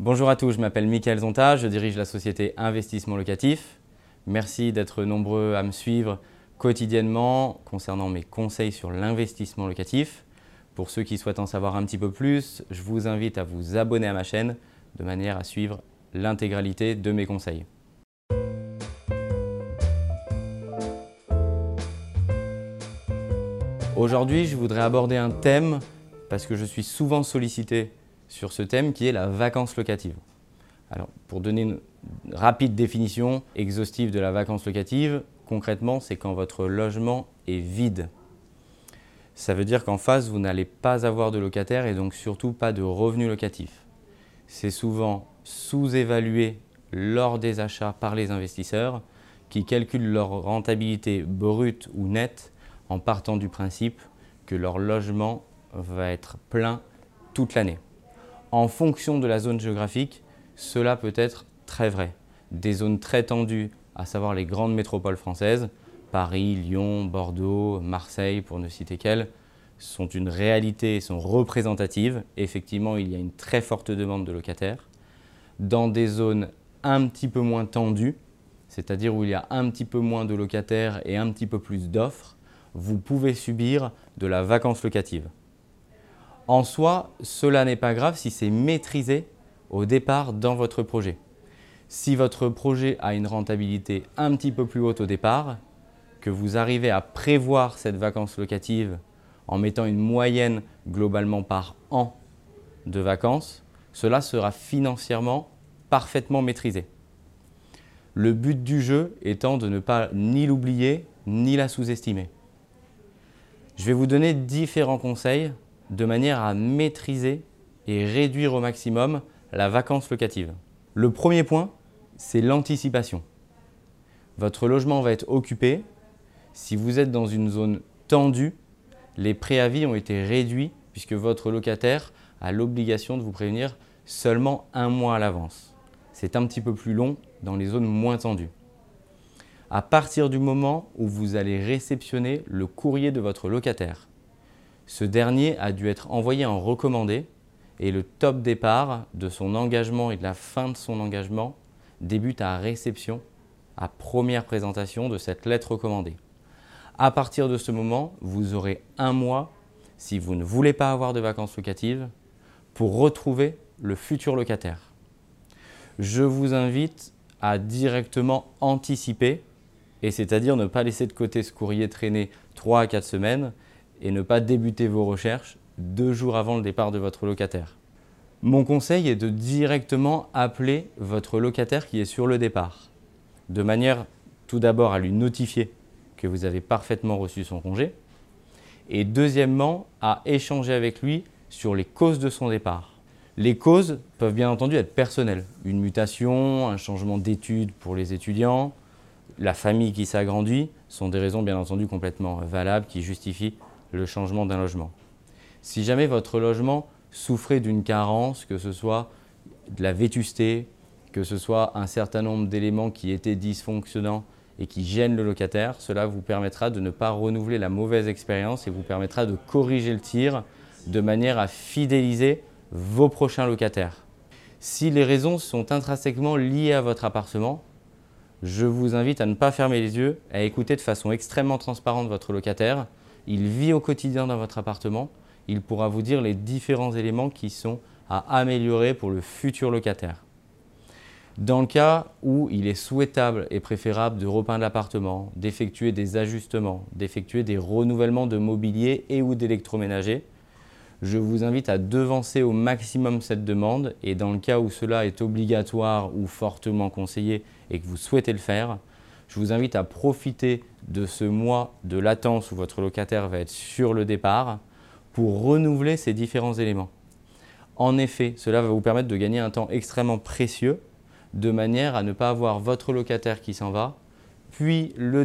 Bonjour à tous, je m'appelle Mickaël Zonta, je dirige la société Investissement Locatif. Merci d'être nombreux à me suivre quotidiennement concernant mes conseils sur l'investissement locatif. Pour ceux qui souhaitent en savoir un petit peu plus, je vous invite à vous abonner à ma chaîne de manière à suivre l'intégralité de mes conseils. Aujourd'hui, je voudrais aborder un thème parce que je suis souvent sollicité sur ce thème qui est la vacance locative. Alors, pour donner une rapide définition exhaustive de la vacance locative, concrètement, c'est quand votre logement est vide. Ça veut dire qu'en face, vous n'allez pas avoir de locataire et donc surtout pas de revenus locatifs. C'est souvent sous-évalué lors des achats par les investisseurs qui calculent leur rentabilité brute ou nette en partant du principe que leur logement va être plein toute l'année. En fonction de la zone géographique, cela peut être très vrai. Des zones très tendues, à savoir les grandes métropoles françaises, Paris, Lyon, Bordeaux, Marseille, pour ne citer qu'elles, sont une réalité et sont représentatives. Effectivement, il y a une très forte demande de locataires. Dans des zones un petit peu moins tendues, c'est-à-dire où il y a un petit peu moins de locataires et un petit peu plus d'offres, vous pouvez subir de la vacance locative. En soi, cela n'est pas grave si c'est maîtrisé au départ dans votre projet. Si votre projet a une rentabilité un petit peu plus haute au départ, que vous arrivez à prévoir cette vacance locative en mettant une moyenne globalement par an de vacances, cela sera financièrement parfaitement maîtrisé. Le but du jeu étant de ne pas ni l'oublier ni la sous-estimer. Je vais vous donner différents conseils de manière à maîtriser et réduire au maximum la vacance locative. Le premier point, c'est l'anticipation. Votre logement va être occupé. Si vous êtes dans une zone tendue, les préavis ont été réduits puisque votre locataire a l'obligation de vous prévenir seulement un mois à l'avance. C'est un petit peu plus long dans les zones moins tendues. À partir du moment où vous allez réceptionner le courrier de votre locataire, ce dernier a dû être envoyé en recommandé et le top départ de son engagement et de la fin de son engagement débute à réception, à première présentation de cette lettre recommandée. À partir de ce moment, vous aurez un mois, si vous ne voulez pas avoir de vacances locatives, pour retrouver le futur locataire. Je vous invite à directement anticiper, et c'est-à-dire ne pas laisser de côté ce courrier traîner 3 à 4 semaines et ne pas débuter vos recherches 2 jours avant le départ de votre locataire. Mon conseil est de directement appeler votre locataire qui est sur le départ, de manière tout d'abord à lui notifier que vous avez parfaitement reçu son congé et deuxièmement à échanger avec lui sur les causes de son départ. Les causes peuvent bien entendu être personnelles, une mutation, un changement d'études pour les étudiants, la famille qui s'agrandit sont des raisons bien entendu complètement valables qui justifient le changement d'un logement. Si jamais votre logement souffrait d'une carence, que ce soit de la vétusté, que ce soit un certain nombre d'éléments qui étaient dysfonctionnants et qui gênent le locataire, cela vous permettra de ne pas renouveler la mauvaise expérience et vous permettra de corriger le tir de manière à fidéliser vos prochains locataires. Si les raisons sont intrinsèquement liées à votre appartement, je vous invite à ne pas fermer les yeux, à écouter de façon extrêmement transparente votre locataire. Il vit au quotidien dans votre appartement. Il pourra vous dire les différents éléments qui sont à améliorer pour le futur locataire. Dans le cas où il est souhaitable et préférable de repeindre l'appartement, d'effectuer des ajustements, d'effectuer des renouvellements de mobilier et ou d'électroménager, je vous invite à devancer au maximum cette demande et dans le cas où cela est obligatoire ou fortement conseillé et que vous souhaitez le faire, je vous invite à profiter de ce mois de latence où votre locataire va être sur le départ pour renouveler ces différents éléments. En effet, cela va vous permettre de gagner un temps extrêmement précieux de manière à ne pas avoir votre locataire qui s'en va, puis le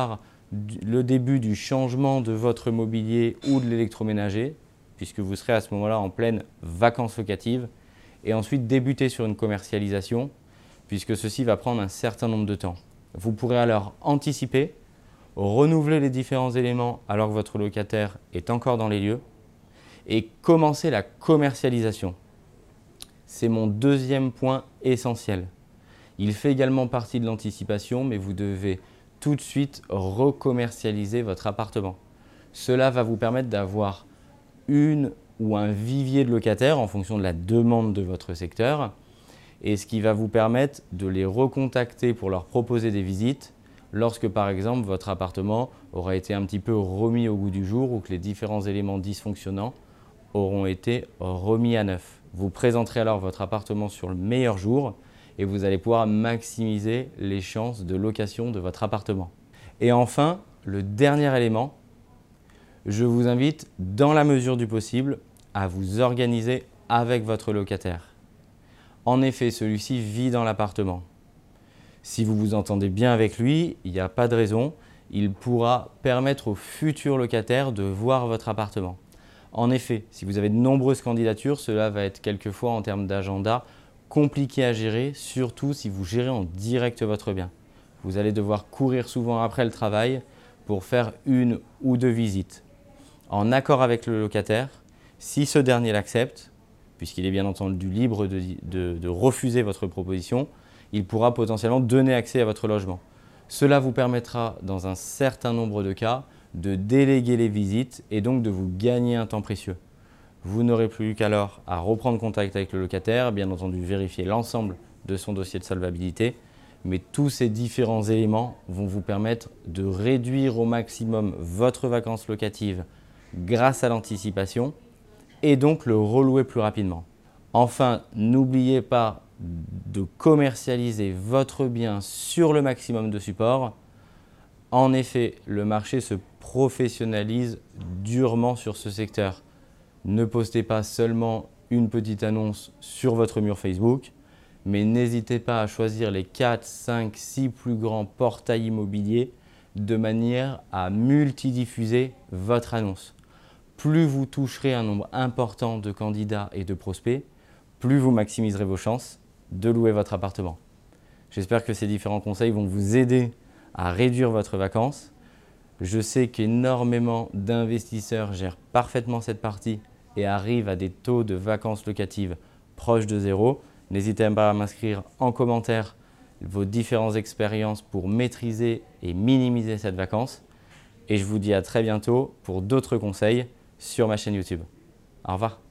début du changement de votre mobilier ou de l'électroménager, puisque vous serez à ce moment-là en pleine vacances locatives, et ensuite débuter sur une commercialisation, puisque ceci va prendre un certain nombre de temps. Vous pourrez alors anticiper, renouveler les différents éléments alors que votre locataire est encore dans les lieux, et commencer la commercialisation. c'est mon deuxième point essentiel. Il fait également partie de l'anticipation, mais vous devez tout de suite recommercialiser votre appartement. Cela va vous permettre d'avoir une ou un vivier de locataires en fonction de la demande de votre secteur, et ce qui va vous permettre de les recontacter pour leur proposer des visites lorsque par exemple votre appartement aura été un petit peu remis au goût du jour ou que les différents éléments dysfonctionnants auront été remis à neuf. Vous présenterez alors votre appartement sur le meilleur jour et vous allez pouvoir maximiser les chances de location de votre appartement. Et enfin, le dernier élément, je vous invite dans la mesure du possible à vous organiser avec votre locataire. En effet, celui-ci vit dans l'appartement. Si vous vous entendez bien avec lui, il n'y a pas de raison, il pourra permettre aux futurs locataires de voir votre appartement. En effet, si vous avez de nombreuses candidatures, cela va être quelquefois en termes d'agenda compliqué à gérer, surtout si vous gérez en direct votre bien. Vous allez devoir courir souvent après le travail pour faire une ou deux visites. En accord avec le locataire, si ce dernier l'accepte, puisqu'il est bien entendu libre de refuser votre proposition, il pourra potentiellement donner accès à votre logement. Cela vous permettra, dans un certain nombre de cas, de déléguer les visites et donc de vous gagner un temps précieux. Vous n'aurez plus qu'alors à reprendre contact avec le locataire, bien entendu vérifier l'ensemble de son dossier de solvabilité, mais tous ces différents éléments vont vous permettre de réduire au maximum votre vacance locative grâce à l'anticipation et donc le relouer plus rapidement. Enfin, n'oubliez pas de commercialiser votre bien sur le maximum de supports. En effet, le marché se professionnalise durement sur ce secteur. Ne postez pas seulement une petite annonce sur votre mur Facebook, mais n'hésitez pas à choisir les 4, 5, 6 plus grands portails immobiliers de manière à multidiffuser votre annonce. Plus vous toucherez un nombre important de candidats et de prospects, plus vous maximiserez vos chances de louer votre appartement. J'espère que ces différents conseils vont vous aider à réduire votre vacance. Je sais qu'énormément d'investisseurs gèrent parfaitement cette partie et arrivent à des taux de vacances locatives proches de zéro. N'hésitez pas à m'inscrire en commentaire vos différentes expériences pour maîtriser et minimiser cette vacance. Et je vous dis à très bientôt pour d'autres conseils sur ma chaîne YouTube. Au revoir.